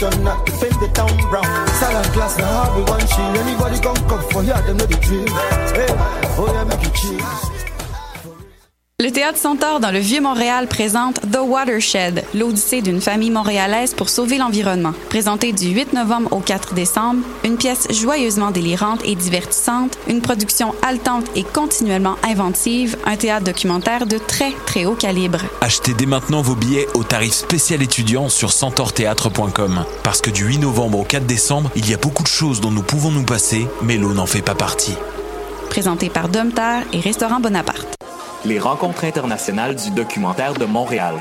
mission, not defend the town brown. Silent class, now how we want shield. Anybody gon' come for here, them know the drill. Hey, oh yeah, make it chill. Le Théâtre Centaure dans le Vieux-Montréal présente The Watershed, l'odyssée d'une famille montréalaise pour sauver l'environnement. Présenté du 8 novembre au 4 décembre, une pièce joyeusement délirante et divertissante, une production haletante et continuellement inventive, un théâtre documentaire de très très haut calibre. Achetez dès maintenant vos billets au tarif spécial étudiant sur centaurtheatre.com. Parce que du 8 novembre au 4 décembre, il y a beaucoup de choses dont nous pouvons nous passer, mais l'eau n'en fait pas partie. Présenté par Domterre et Restaurant Bonaparte. Les rencontres internationales du documentaire de Montréal.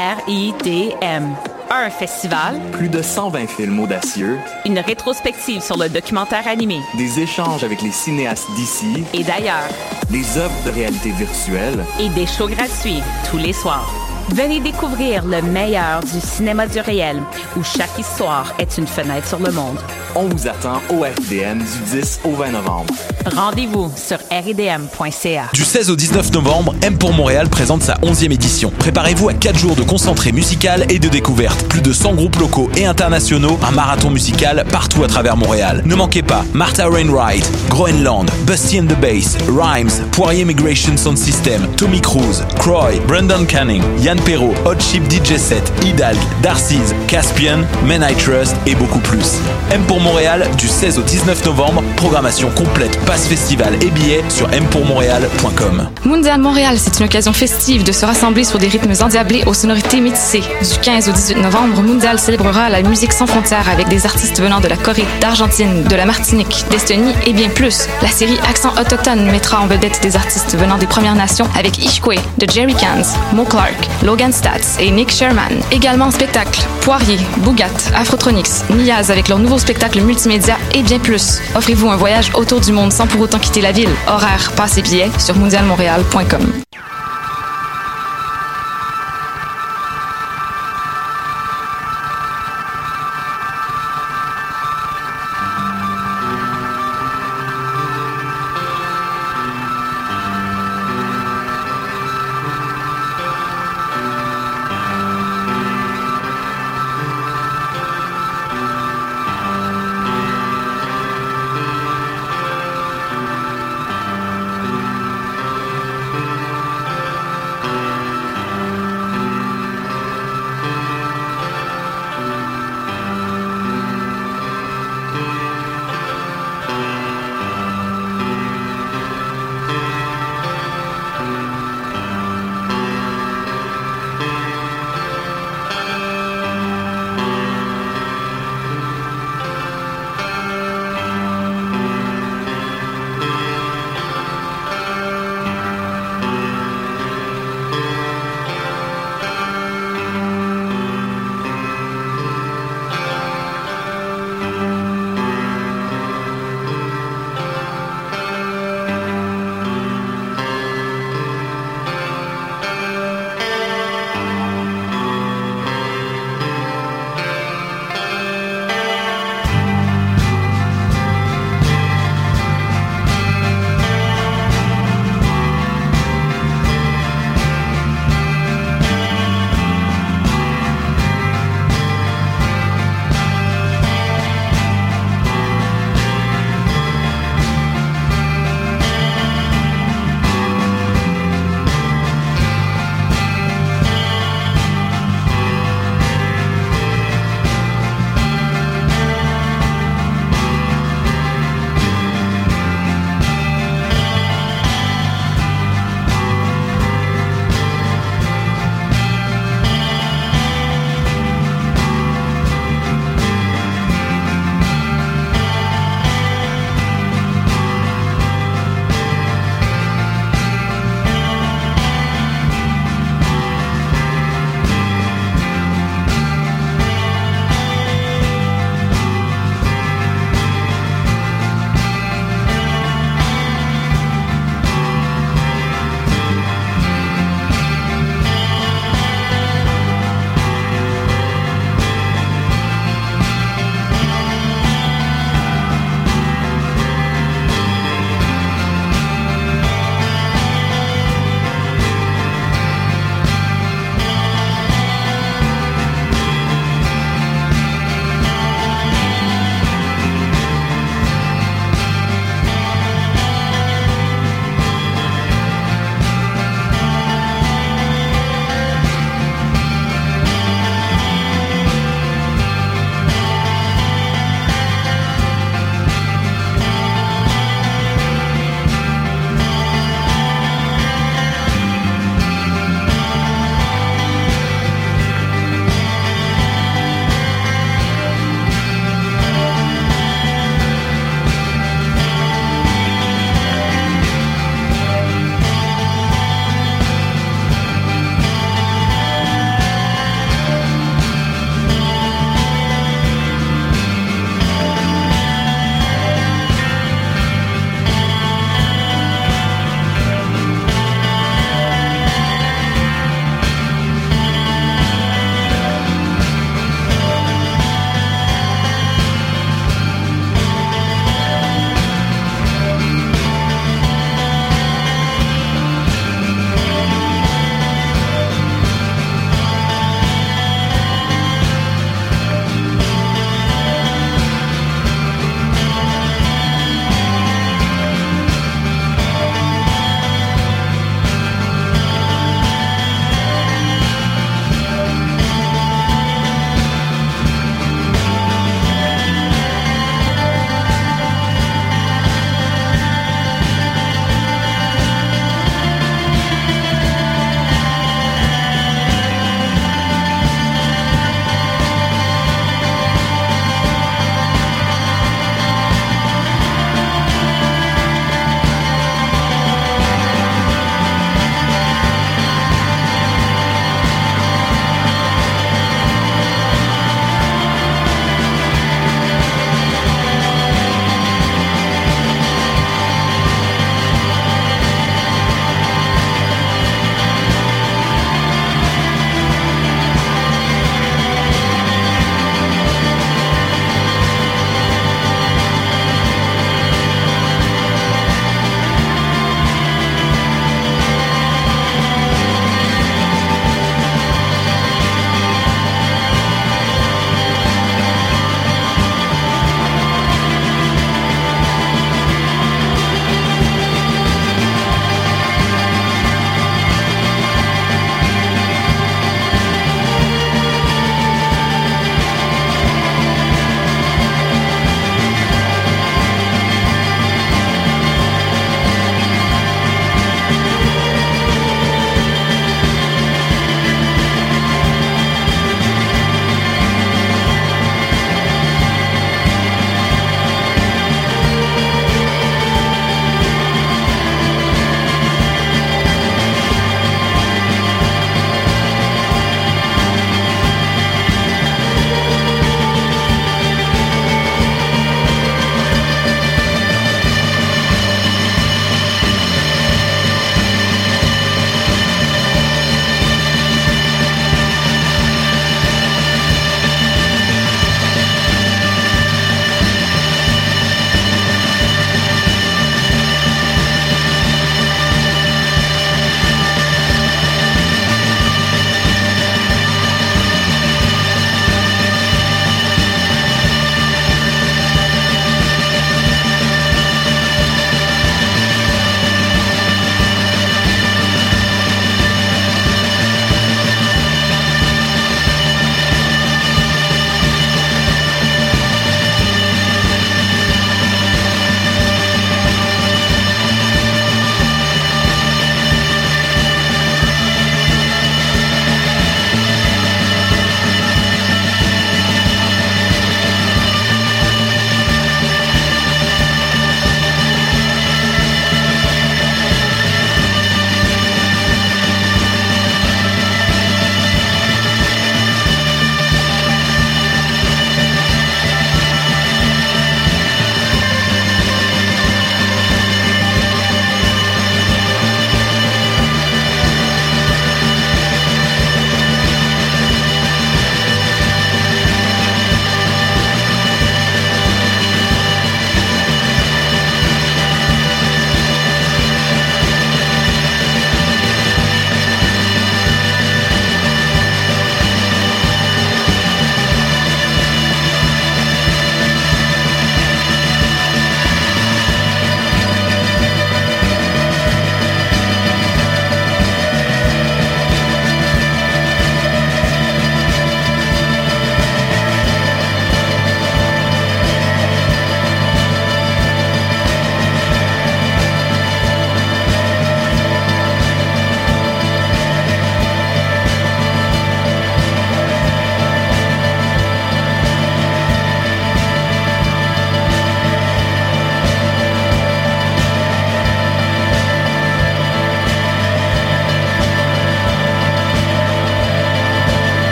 RIDM. Un festival. Plus de 120 films audacieux. Une rétrospective sur le documentaire animé. Des échanges avec les cinéastes d'ici et d'ailleurs. Des œuvres de réalité virtuelle. Et des shows gratuits tous les soirs. Venez découvrir le meilleur du cinéma du réel, où chaque histoire est une fenêtre sur le monde. On vous attend au RIDM du 10 au 20 novembre. Rendez-vous sur ridm.ca. Du 16 au 19 novembre, M pour Montréal présente sa 11e édition. Préparez-vous à 4 jours de concentré musical et de découverte. Plus de 100 groupes locaux et internationaux, un marathon musical partout à travers Montréal. Ne manquez pas Martha Wainwright, Groenland, Busty and the Bass, Rhymes, Poirier Migration Sound System, Tommy Cruise, Croy, Brendan Canning, Yann Perrault, Hot Chip DJ Set, Hidalg, Darcy's, Caspian, Men I Trust et beaucoup plus. M pour Montréal du 16 au 19 novembre, programmation complète, passe festival et billets sur mpourmontréal.com. Mondial Montréal, c'est une occasion festive de se rassembler sur des rythmes endiablés aux sonorités métissées. Du 15 au 18 novembre, Mondial célébrera la musique sans frontières avec des artistes venant de la Corée, d'Argentine, de la Martinique, d'Estonie et bien plus. La série Accent autochtone mettra en vedette des artistes venant des Premières Nations avec Ishkwe de Jerry Cans, Mo Clark, Logan Stats et Nick Sherman. Également en spectacle, Poirier, Bougat, Afrotronics, Niaz avec leur nouveau spectacle multimédia et bien plus. Offrez-vous un voyage autour du monde sans pour autant quitter la ville. Horaires, passes et billets sur mondialmontréal.com.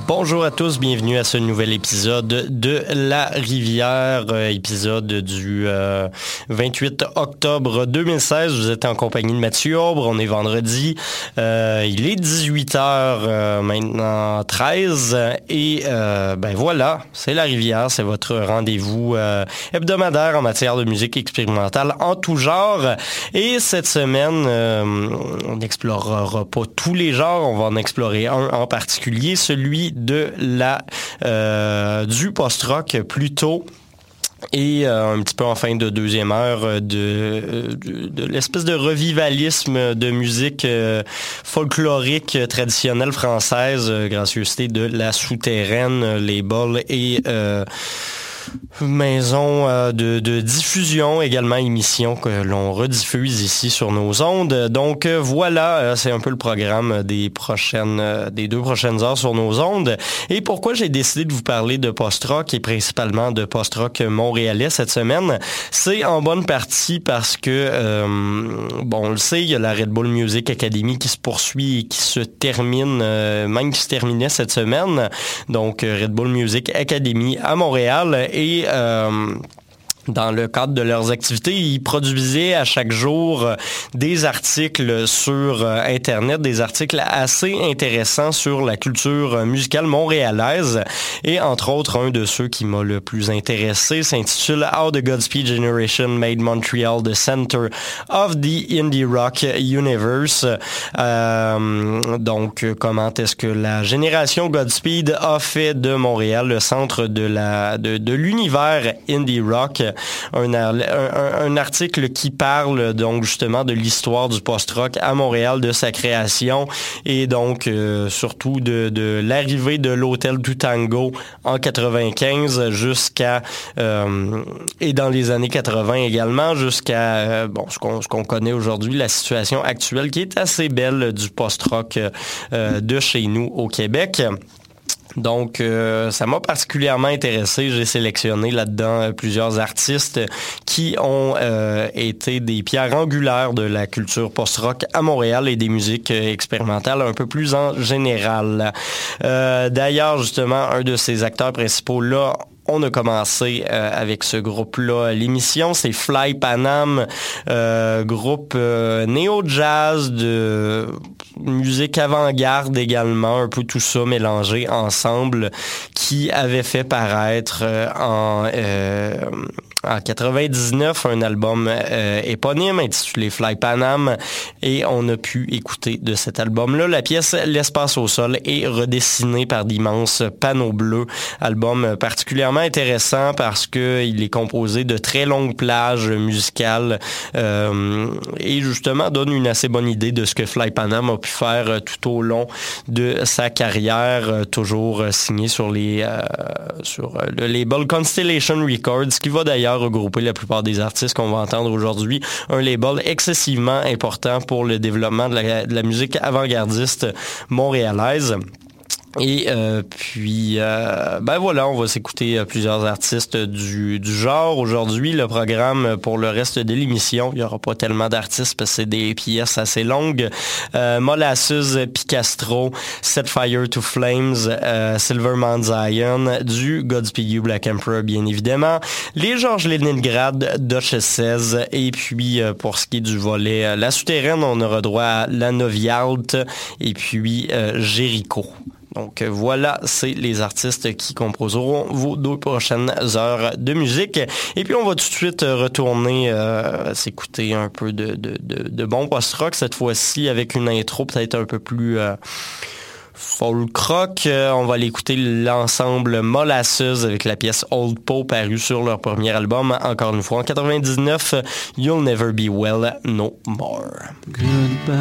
Bonjour à tous, bienvenue à ce nouvel épisode de La Rivière, épisode du 28 octobre 2016. Vous êtes en compagnie de Mathieu Aubre, on est vendredi, il est 18h maintenant 13 et ben voilà, c'est La Rivière, c'est votre rendez-vous hebdomadaire en matière de musique expérimentale en tout genre. Et cette semaine, on n'explorera pas tous les genres, on va en explorer un en particulier, celui de du post-rock plutôt. Et un petit peu en fin de deuxième heure de l'espèce de revivalisme de musique folklorique traditionnelle française, gracieuseté de La Souterraine, label et maison de diffusion, également émission que l'on rediffuse ici sur nos ondes. Donc voilà, c'est un peu le programme des 2 prochaines heures sur nos ondes. Et pourquoi j'ai décidé de vous parler de post-rock et principalement de post-rock montréalais cette semaine, c'est en bonne partie parce que, bon, on le sait, il y a la Red Bull Music Academy qui se poursuit et qui se termine, même qui se terminait cette semaine. Donc Red Bull Music Academy à Montréal. Et dans le cadre de leurs activités, ils produisaient à chaque jour des articles sur Internet, des articles assez intéressants sur la culture musicale montréalaise. Et entre autres, un de ceux qui m'a le plus intéressé s'intitule How the Godspeed Generation Made Montreal the Center of the Indie Rock Universe. Donc, comment est-ce que la génération Godspeed a fait de Montréal le centre de l'univers indie rock. Un article qui parle donc justement de l'histoire du post-rock à Montréal, de sa création et donc surtout de l'arrivée de l'Hôtel du Tango en 95 jusqu'à et dans les années 80 également jusqu'à bon ce qu'on connaît aujourd'hui, la situation actuelle qui est assez belle du post-rock de chez nous au Québec. Donc, ça m'a particulièrement intéressé. J'ai sélectionné là-dedans plusieurs artistes qui ont été des pierres angulaires de la culture post-rock à Montréal et des musiques expérimentales un peu plus en général. D'ailleurs, justement, un de ces acteurs principaux-là, on a commencé avec ce groupe-là. L'émission, c'est Fly Panam, groupe néo-jazz de musique avant-garde également, un peu tout ça mélangé ensemble, qui avait fait paraître en 99 un album éponyme intitulé Fly Panam, et on a pu écouter de cet album-là la pièce L'espace au sol est redessinée par d'immenses panneaux bleus. Album particulièrement intéressant parce que il est composé de très longues plages musicales et justement donne une assez bonne idée de ce que Fly Panam a pu faire tout au long de sa carrière, toujours signé sur le label Constellation Records, qui va d'ailleurs regrouper la plupart des artistes qu'on va entendre aujourd'hui. Un label excessivement important pour le développement de la musique avant-gardiste montréalaise. Et puis, ben voilà, on va s'écouter plusieurs artistes du genre. Aujourd'hui, le programme pour le reste de l'émission, il n'y aura pas tellement d'artistes parce que c'est des pièces assez longues. Molasses, Picastro, Set Fire to Flames, Silverman Zion, du Godspeed You Black Emperor, bien évidemment, les Georges Leningrad, Duchesses, et puis pour ce qui est du volet La Souterraine, on aura droit à La Novialt et puis Jéricho. Donc voilà, c'est les artistes qui composeront vos 2 prochaines heures de musique. Et puis on va tout de suite retourner s'écouter un peu de bon post-rock, cette fois-ci avec une intro peut-être un peu plus folk rock. On va aller écouter l'ensemble Molasses avec la pièce Old Poe parue sur leur premier album, encore une fois en 99, You'll Never Be Well No More. Goodbye,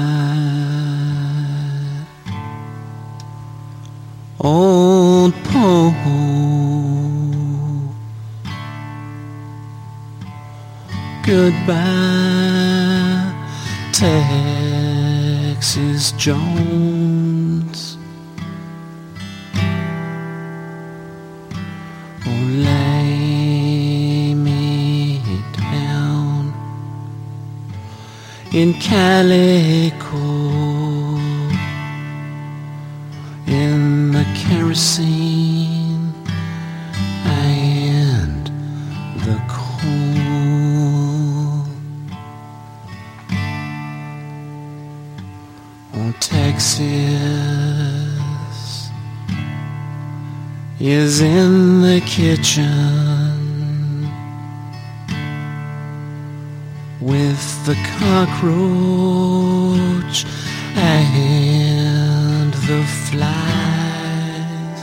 Old Poe. Goodbye, Texas Jones. Oh, lay me down in calico in the kerosene and the coal. Oh, Texas is in the kitchen with the cockroach and the flies.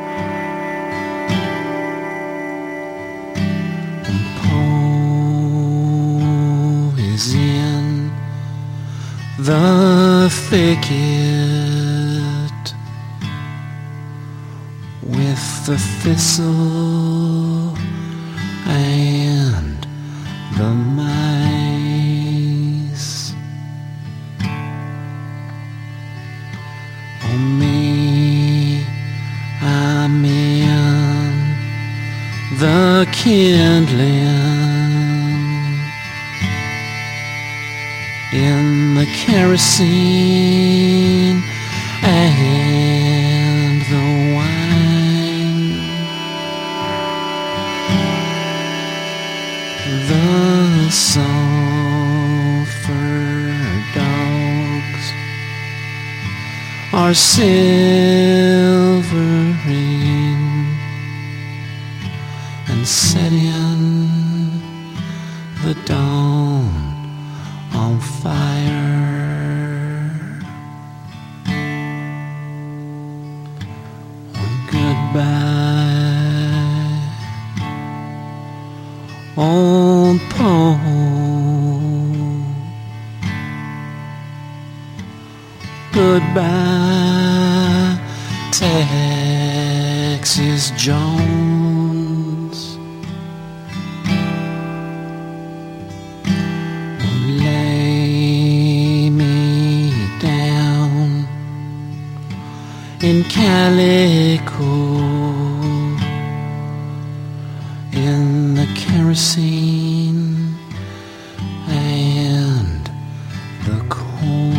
And Poe is in the thicket with the thistle and the mice. Oh, me, I'm in the kindling, in the kerosene and the wine. The sulfur dogs are silvering and setting the dawn on fire. Oh, goodbye, old Poe. Goodbye, Texas Jones. Lay me down in calico, in the kerosene and the coal.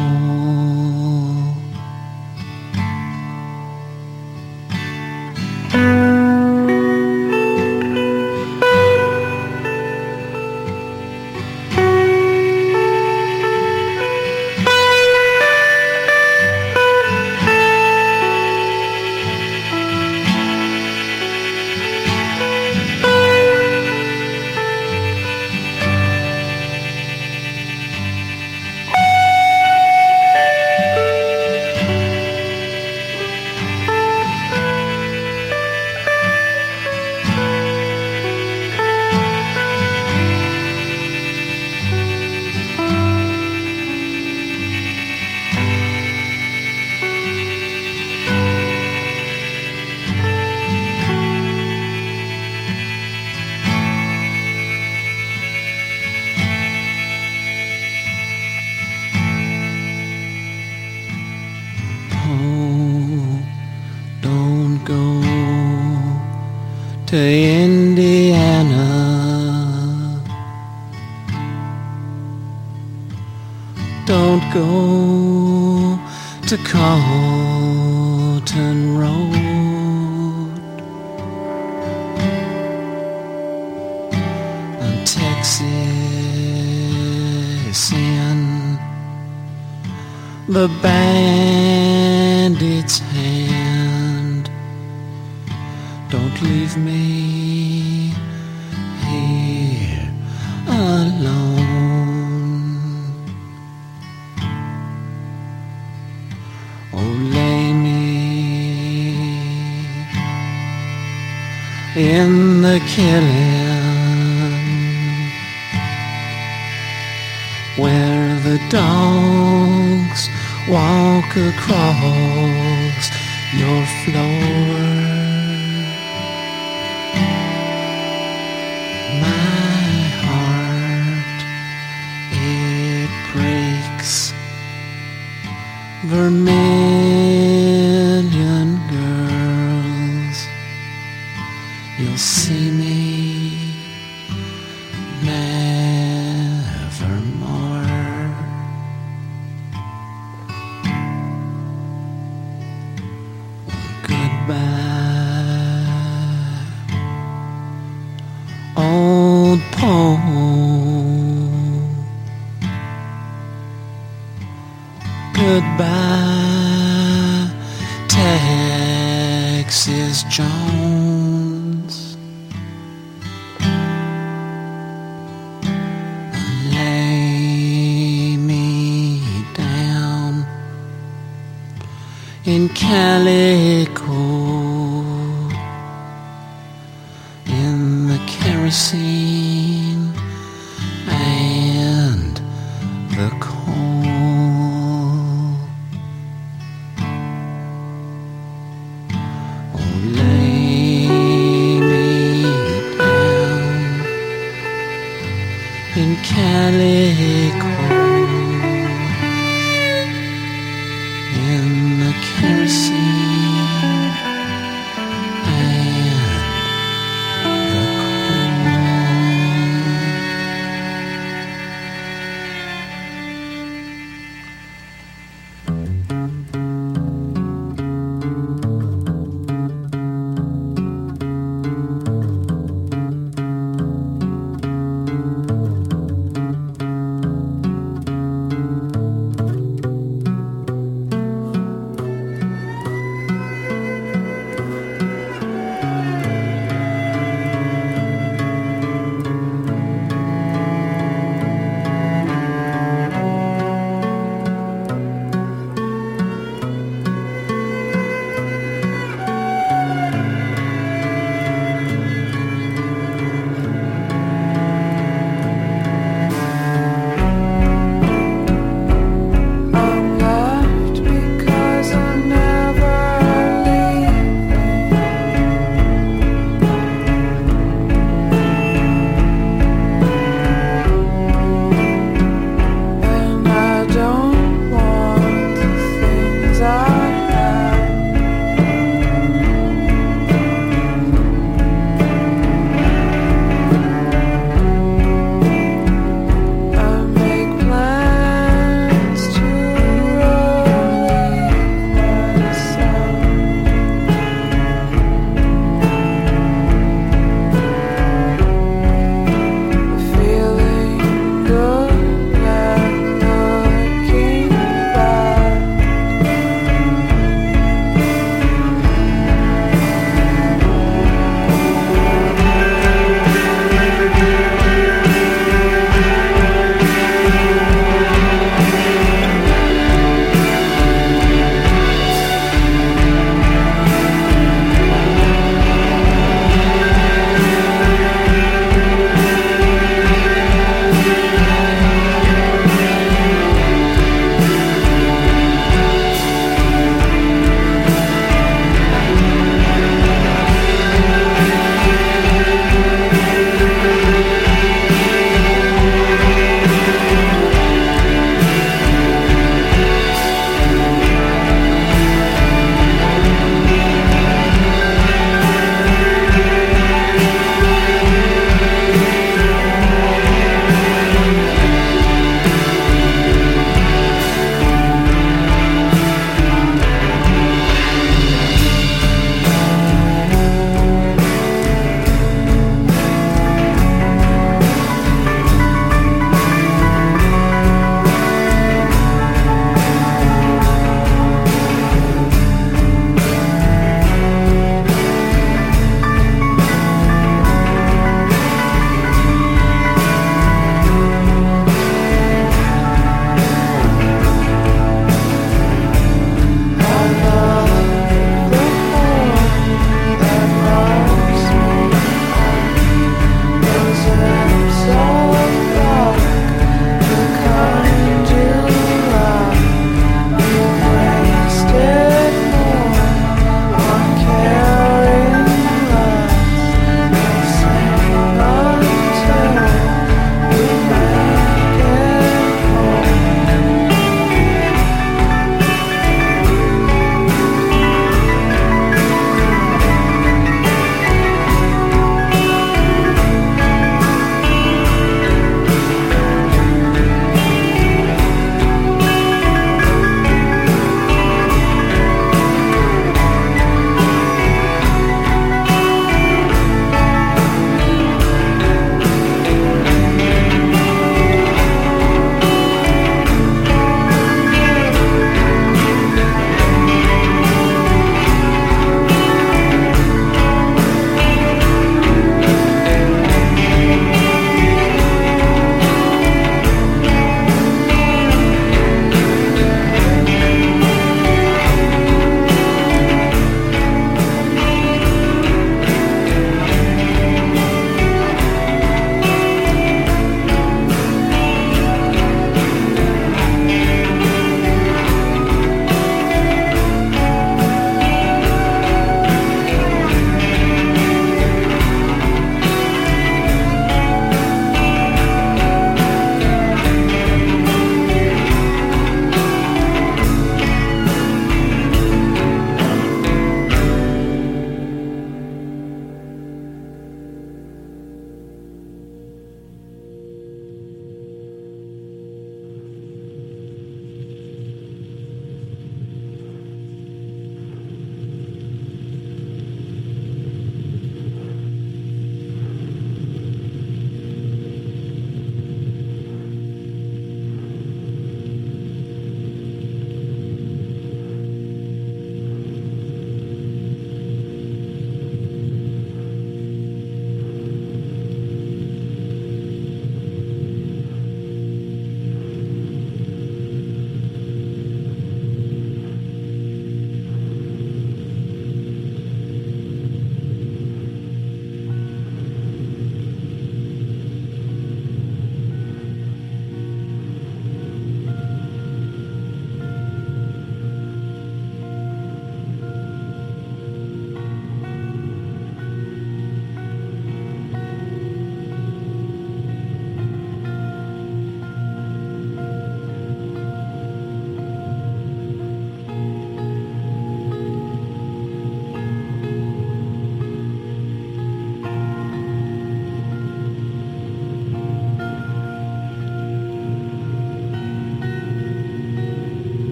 To Indiana, don't go to Colton Road. And Texas in the bandit's hand. Don't leave me here alone. Oh, lay me in the killing, where the dogs walk across your floor. Vermilion girls, you'll see me nevermore. Goodbye. Alexis Jones. Lay me down in calico, in the kerosene and the coal. Oh, lay me down in calico, in the kerosene and the coal.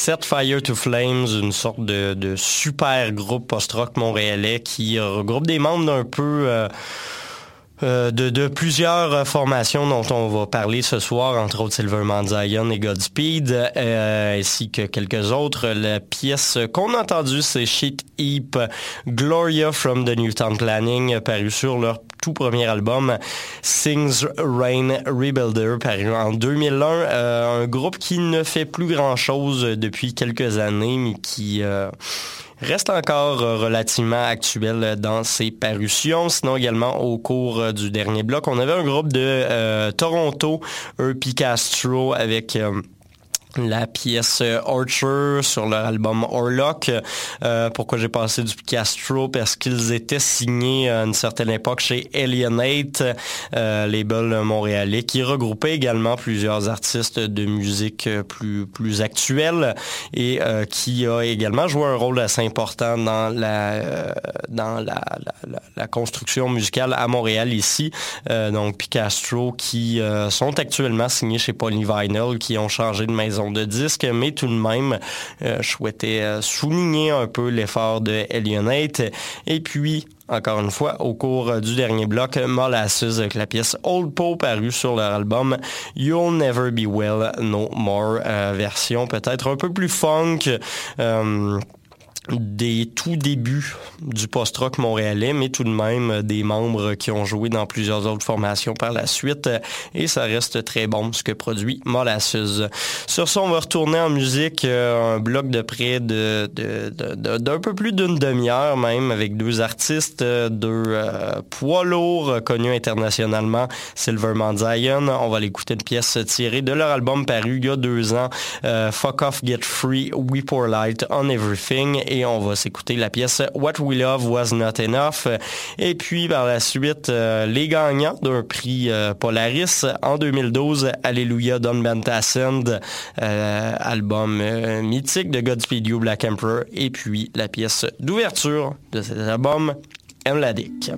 Set Fire to Flames, une sorte de super groupe post-rock montréalais qui regroupe des membres d'un peu... de plusieurs formations dont on va parler ce soir, entre autres Silverman Zion et Godspeed, ainsi que quelques autres. La pièce qu'on a entendue, c'est Sheet Heap, Gloria from the Newtown Planning, paru sur leur tout premier album, Sings Rain Rebuilder, paru en 2001. Un groupe qui ne fait plus grand-chose depuis quelques années, mais qui... reste encore relativement actuel dans ses parutions. Sinon, également, au cours du dernier bloc, on avait un groupe de Toronto, Picastro, avec... la pièce Archer sur leur album Orlock. Pourquoi j'ai passé du Picastro? Parce qu'ils étaient signés à une certaine époque chez Alienate, label montréalais, qui regroupait également plusieurs artistes de musique plus actuelle et qui a également joué un rôle assez important dans la construction musicale à Montréal ici. Donc Picastro qui sont actuellement signés chez Polyvinyl, qui ont changé de maison de disques, mais tout de même, je souhaitais souligner un peu l'effort de Alienate. Et puis, encore une fois, au cours du dernier bloc, Molasses avec la pièce Old Po parue sur leur album You'll Never Be Well No More, version peut-être un peu plus funk, des tout débuts du post-rock montréalais, mais tout de même des membres qui ont joué dans plusieurs autres formations par la suite, et ça reste très bon ce que produit Molasses. Sur ça, on va retourner en musique, un bloc de près d'un peu plus d'une demi-heure même, avec deux artistes, deux poids lourds connus internationalement, Silverman Zion. On va l'écouter une pièce tirée de leur album paru il y a 2 ans, Fuck Off, Get Free, We Pour Light on Everything, et on va s'écouter la pièce What We Love Was Not Enough. Et puis par la suite, les gagnants d'un prix Polaris en 2012, Alléluia Don Bantasend, album mythique de Godspeed You, Black Emperor, et puis la pièce d'ouverture de cet album, Mladic.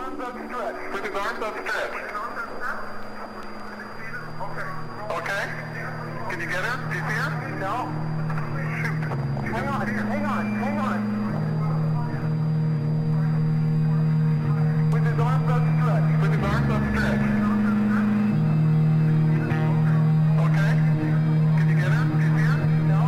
arms outstretched. With his arms outstretched. Okay. Can you get her? Do you see her? No. Shoot. Hang on. With his arms outstretched. With his arms outstretched. Okay. Can you get her? Do you see her? No.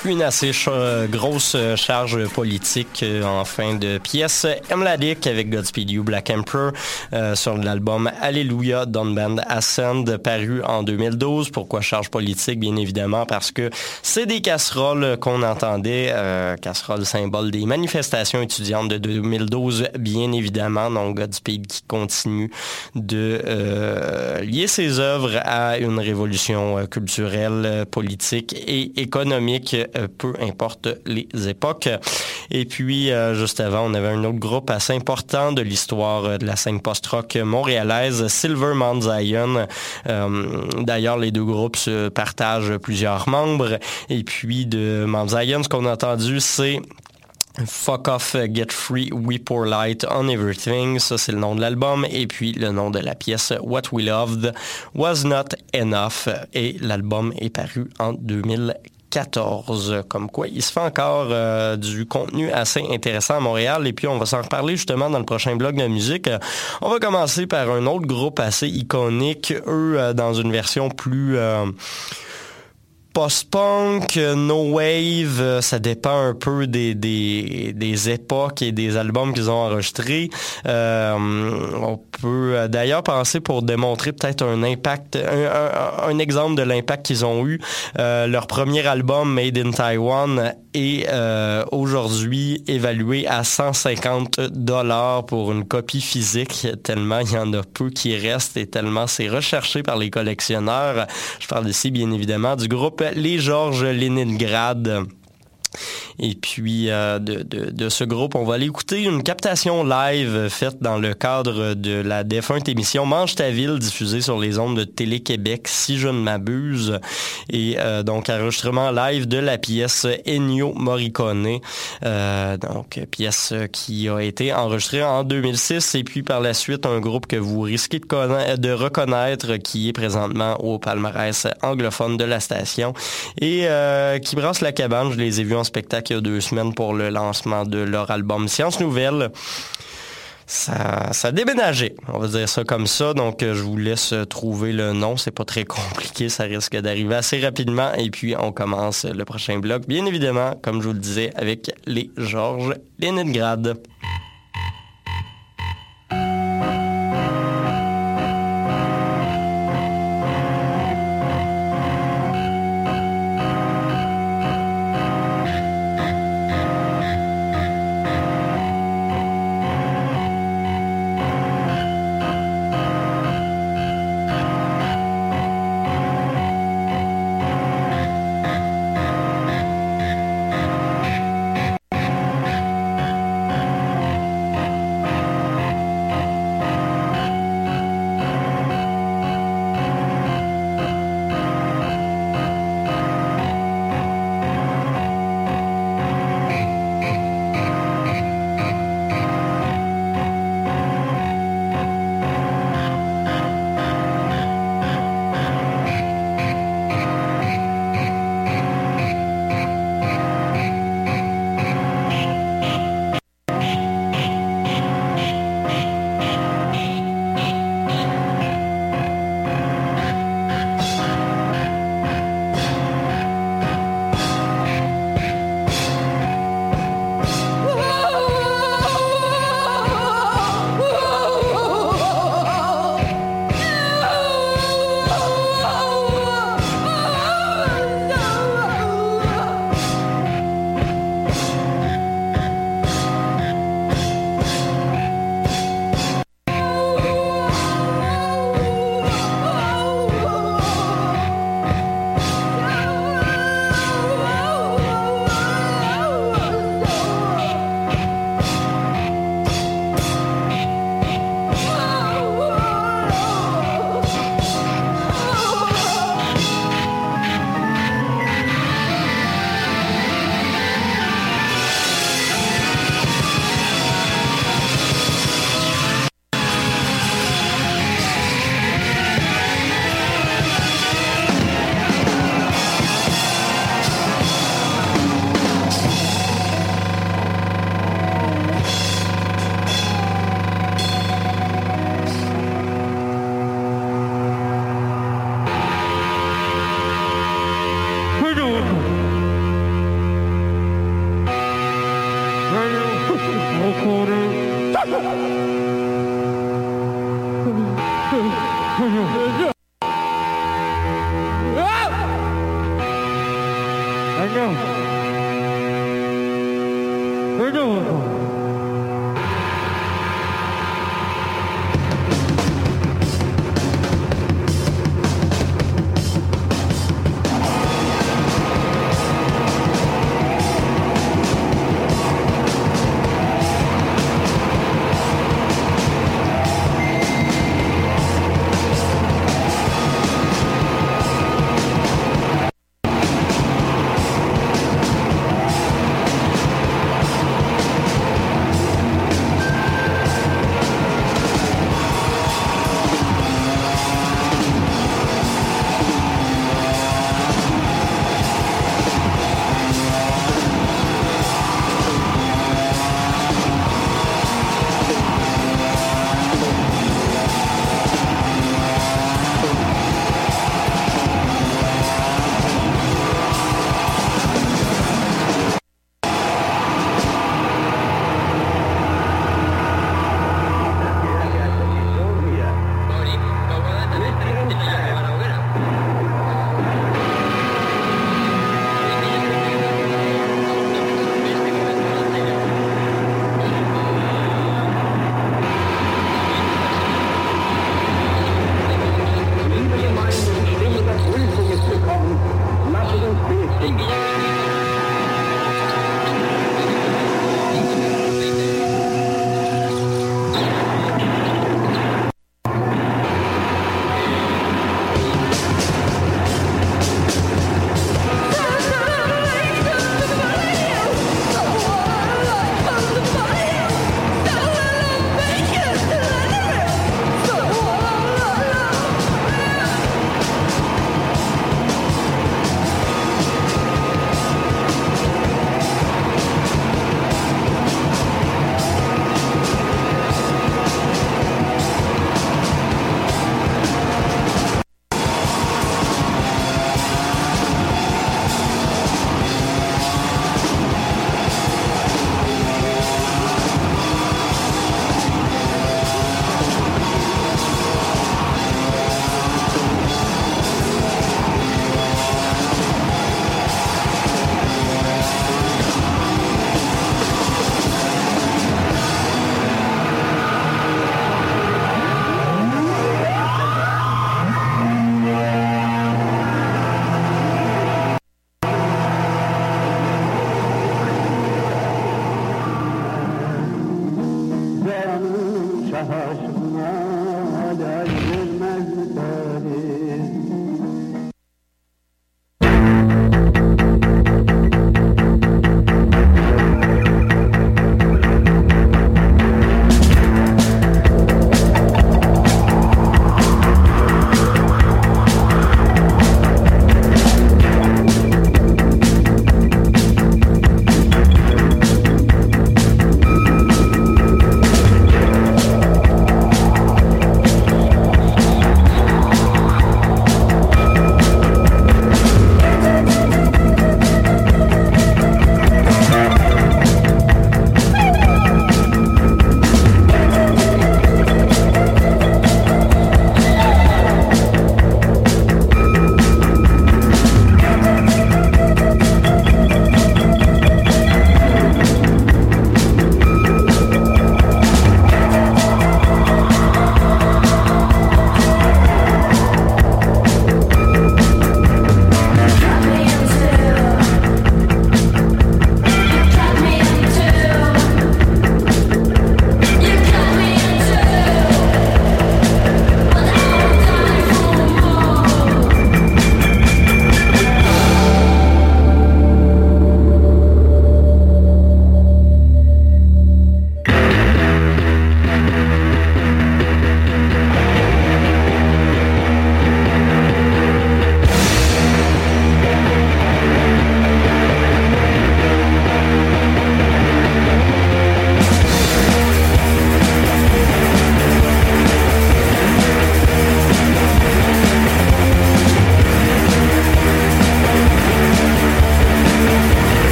une assez grosse charge politique en fin de pièce. Emladic avec Godspeed You Black Emperor sur l'album Alléluia Down Band Ascend paru en 2012. Pourquoi charge politique? Bien évidemment parce que c'est des casseroles qu'on entendait, casseroles symbole des manifestations étudiantes de 2012 bien évidemment. Donc Godspeed qui continue de lier ses œuvres à une révolution culturelle, politique et économique, peu importe les époques. Et puis, juste avant, on avait un autre groupe assez important de l'histoire de la scène post-rock montréalaise, Silver Mount Zion. D'ailleurs, les deux groupes se partagent plusieurs membres. Et puis, de Mount Zion, ce qu'on a entendu, c'est Fuck Off, Get Free, We Pour Light on Everything. Ça, c'est le nom de l'album. Et puis, le nom de la pièce, What We Loved Was Not Enough. Et l'album est paru en 2014. Comme quoi, il se fait encore du contenu assez intéressant à Montréal. Et puis, on va s'en reparler justement dans le prochain blog de musique. On va commencer par un autre groupe assez iconique. Eux, dans une version plus... post-punk, no wave, ça dépend un peu des époques et des albums qu'ils ont enregistrés. On peut d'ailleurs penser, pour démontrer peut-être un impact, un exemple de l'impact qu'ils ont eu. Leur premier album, Made in Taiwan, est aujourd'hui évalué à $150 pour une copie physique, tellement il y en a peu qui restent et tellement c'est recherché par les collectionneurs. Je parle ici bien évidemment du groupe Les Georges Leningrad. Et puis, de ce groupe, on va aller écouter une captation live faite dans le cadre de la défunte émission Mange ta ville, diffusée sur les ondes de Télé-Québec, si je ne m'abuse. Et donc, enregistrement live de la pièce Ennio Morricone. Donc, pièce qui a été enregistrée en 2006. Et puis, par la suite, un groupe que vous risquez de reconnaître, qui est présentement au palmarès anglophone de la station. Et qui brasse la cabane. Je les ai vus en spectacle il y a 2 semaines pour le lancement de leur album Science Nouvelle. Ça a déménagé, on va dire ça comme ça. Donc, je vous laisse trouver le nom. C'est pas très compliqué, ça risque d'arriver assez rapidement. Et puis, on commence le prochain bloc, bien évidemment, comme je vous le disais, avec les Georges Leningrad.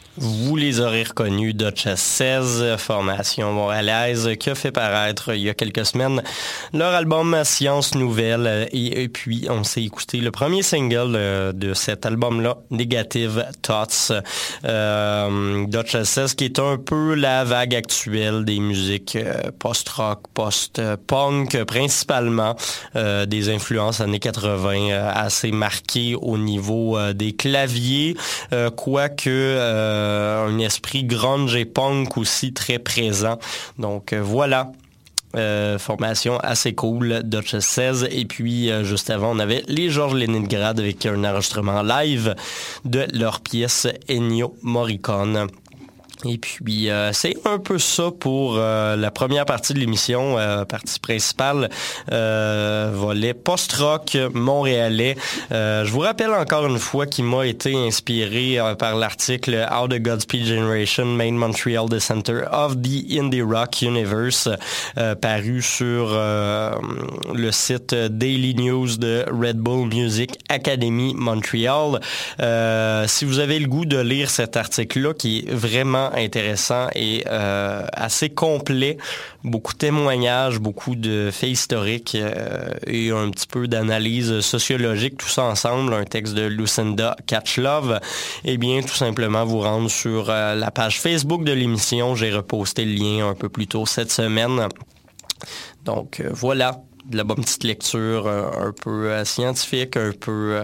Vous les aurez reconnus, Duchess 16, formation montréalaise qui a fait paraître il y a quelques semaines leur album Science Nouvelle. Et puis, on s'est écouté le premier single de cet album-là, Negative Thoughts. Duchess 16 qui est un peu la vague actuelle des musiques post-rock, post-punk, principalement des influences années 80 assez marquées au niveau des claviers, quoique un esprit grunge et punk aussi très présent. Donc voilà. Formation assez cool, Duchess 16. Et puis, juste avant, on avait les Georges Leningrad avec un enregistrement live de leur pièce Ennio Morricone. Et puis, c'est un peu ça pour la première partie de l'émission, partie principale, volet post-rock montréalais. Je vous rappelle encore une fois qu'il m'a été inspiré par l'article How the Godspeed Generation Made Montreal the Center of the Indie Rock Universe, paru sur le site Daily News de Red Bull Music Academy Montreal. Si vous avez le goût de lire cet article-là, qui est vraiment intéressant et assez complet, beaucoup de témoignages, beaucoup de faits historiques et un petit peu d'analyse sociologique, tout ça ensemble, un texte de Lucinda Catchlove, eh bien tout simplement vous rendre sur la page Facebook de l'émission. J'ai reposté le lien un peu plus tôt cette semaine. Donc voilà, de la bonne petite lecture un peu scientifique, un peu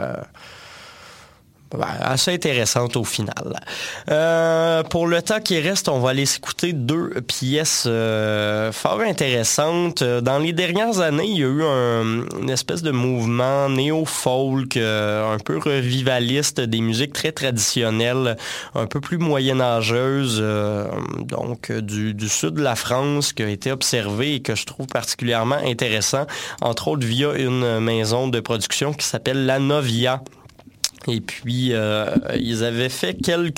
assez intéressante au final. Pour le temps qui reste, on va aller s'écouter deux pièces fort intéressantes. Dans les dernières années, il y a eu une espèce de mouvement néo-folk, un peu revivaliste des musiques très traditionnelles, un peu plus moyenâgeuses, donc du sud de la France, qui a été observé et que je trouve particulièrement intéressant, entre autres via une maison de production qui s'appelle La Novia. Et puis, ils avaient fait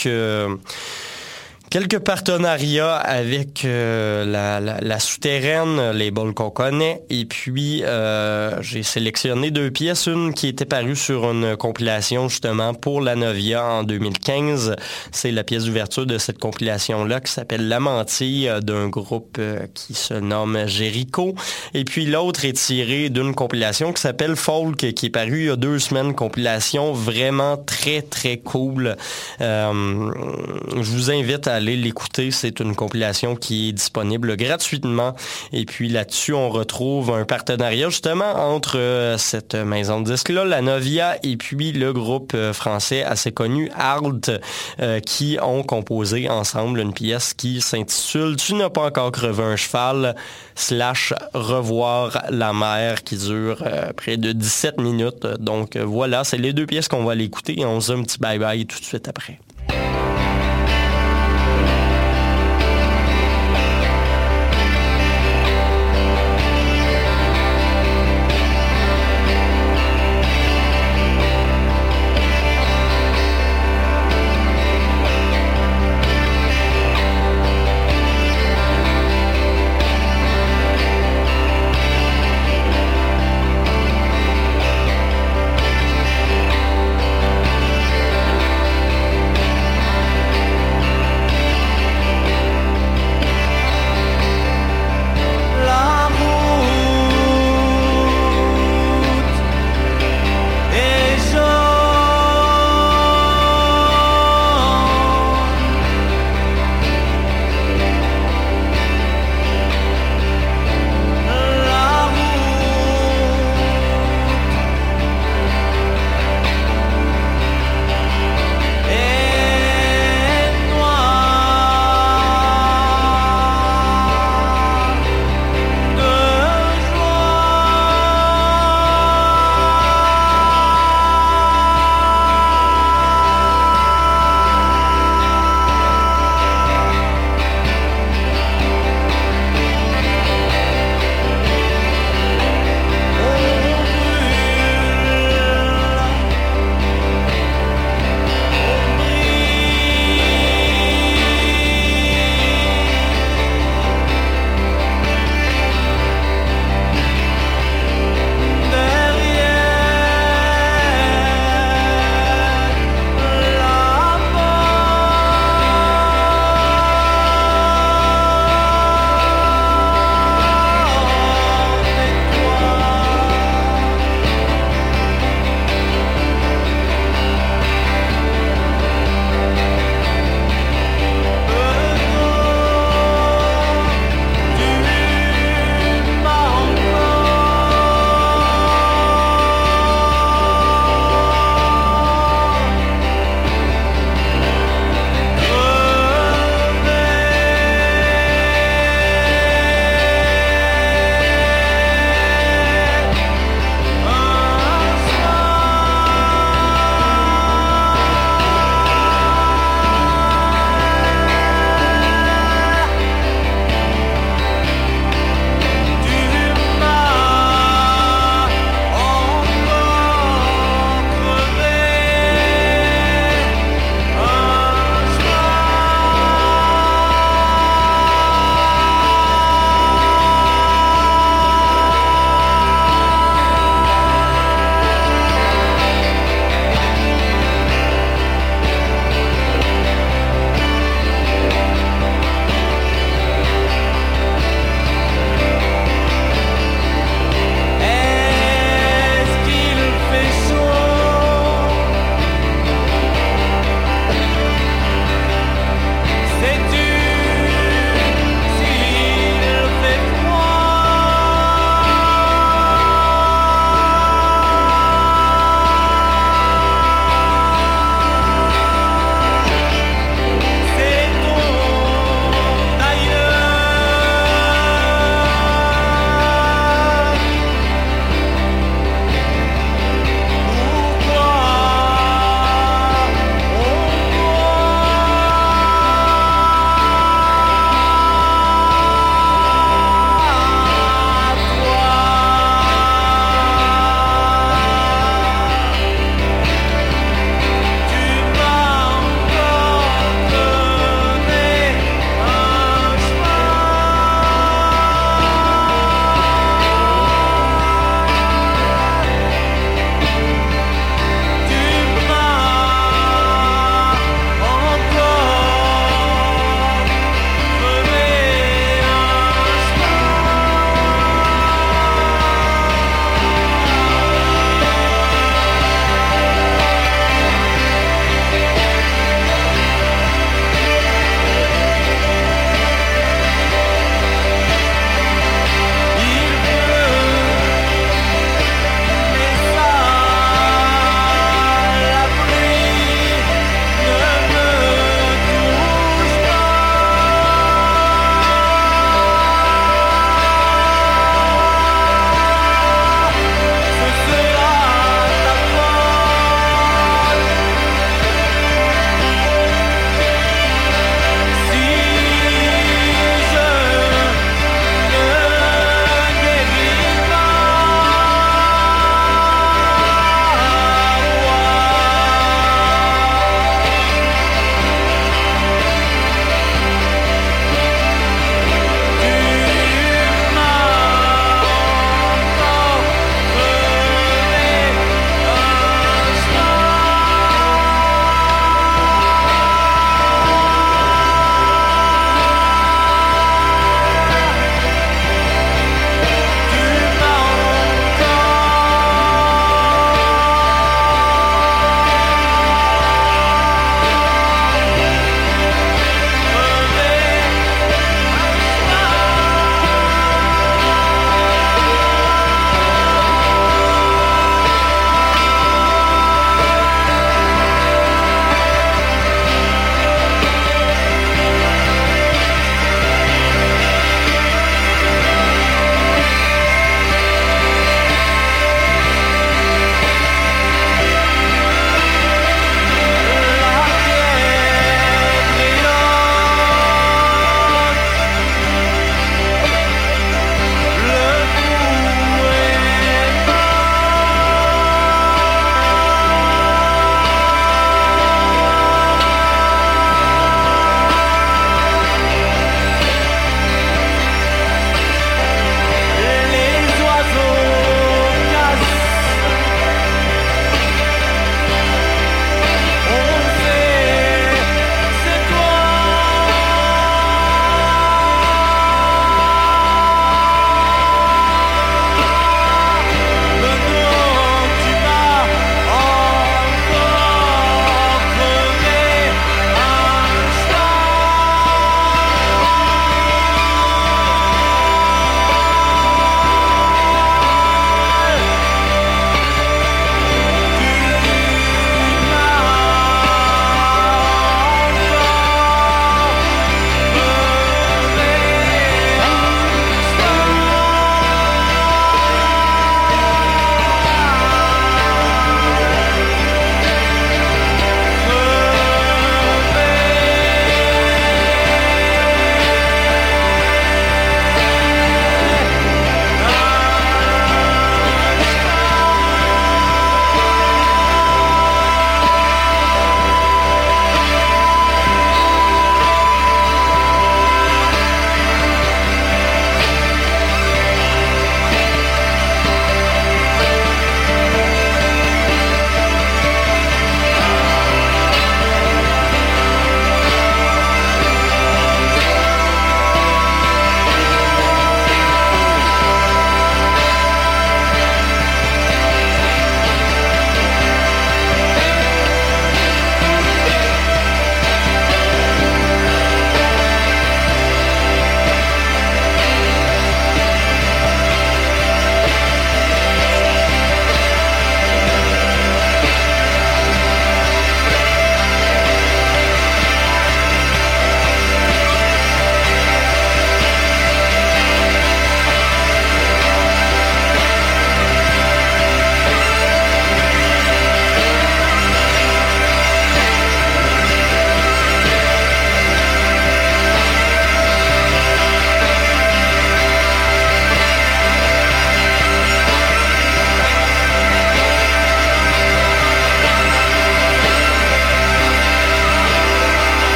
quelques partenariats avec la Souterraine, label qu'on connaît. Et puis, j'ai sélectionné deux pièces. Une qui était parue sur une compilation, justement, pour La Novia en 2015. C'est la pièce d'ouverture de cette compilation-là qui s'appelle La Mantille, d'un groupe qui se nomme Jericho. Et puis, l'autre est tirée d'une compilation qui s'appelle Folk, qui est parue il y a 2 semaines. Compilation vraiment très, très cool. Je vous invite à aller l'écouter. C'est une compilation qui est disponible gratuitement. Et puis là-dessus, on retrouve un partenariat justement entre cette maison de disques-là, La Novia, et puis le groupe français assez connu, Art, qui ont composé ensemble une pièce qui s'intitule « Tu n'as pas encore crevé un cheval » / Revoir la mer, qui dure près de 17 minutes. Donc voilà, c'est les deux pièces qu'on va aller écouter et on se dit un petit bye-bye tout de suite après.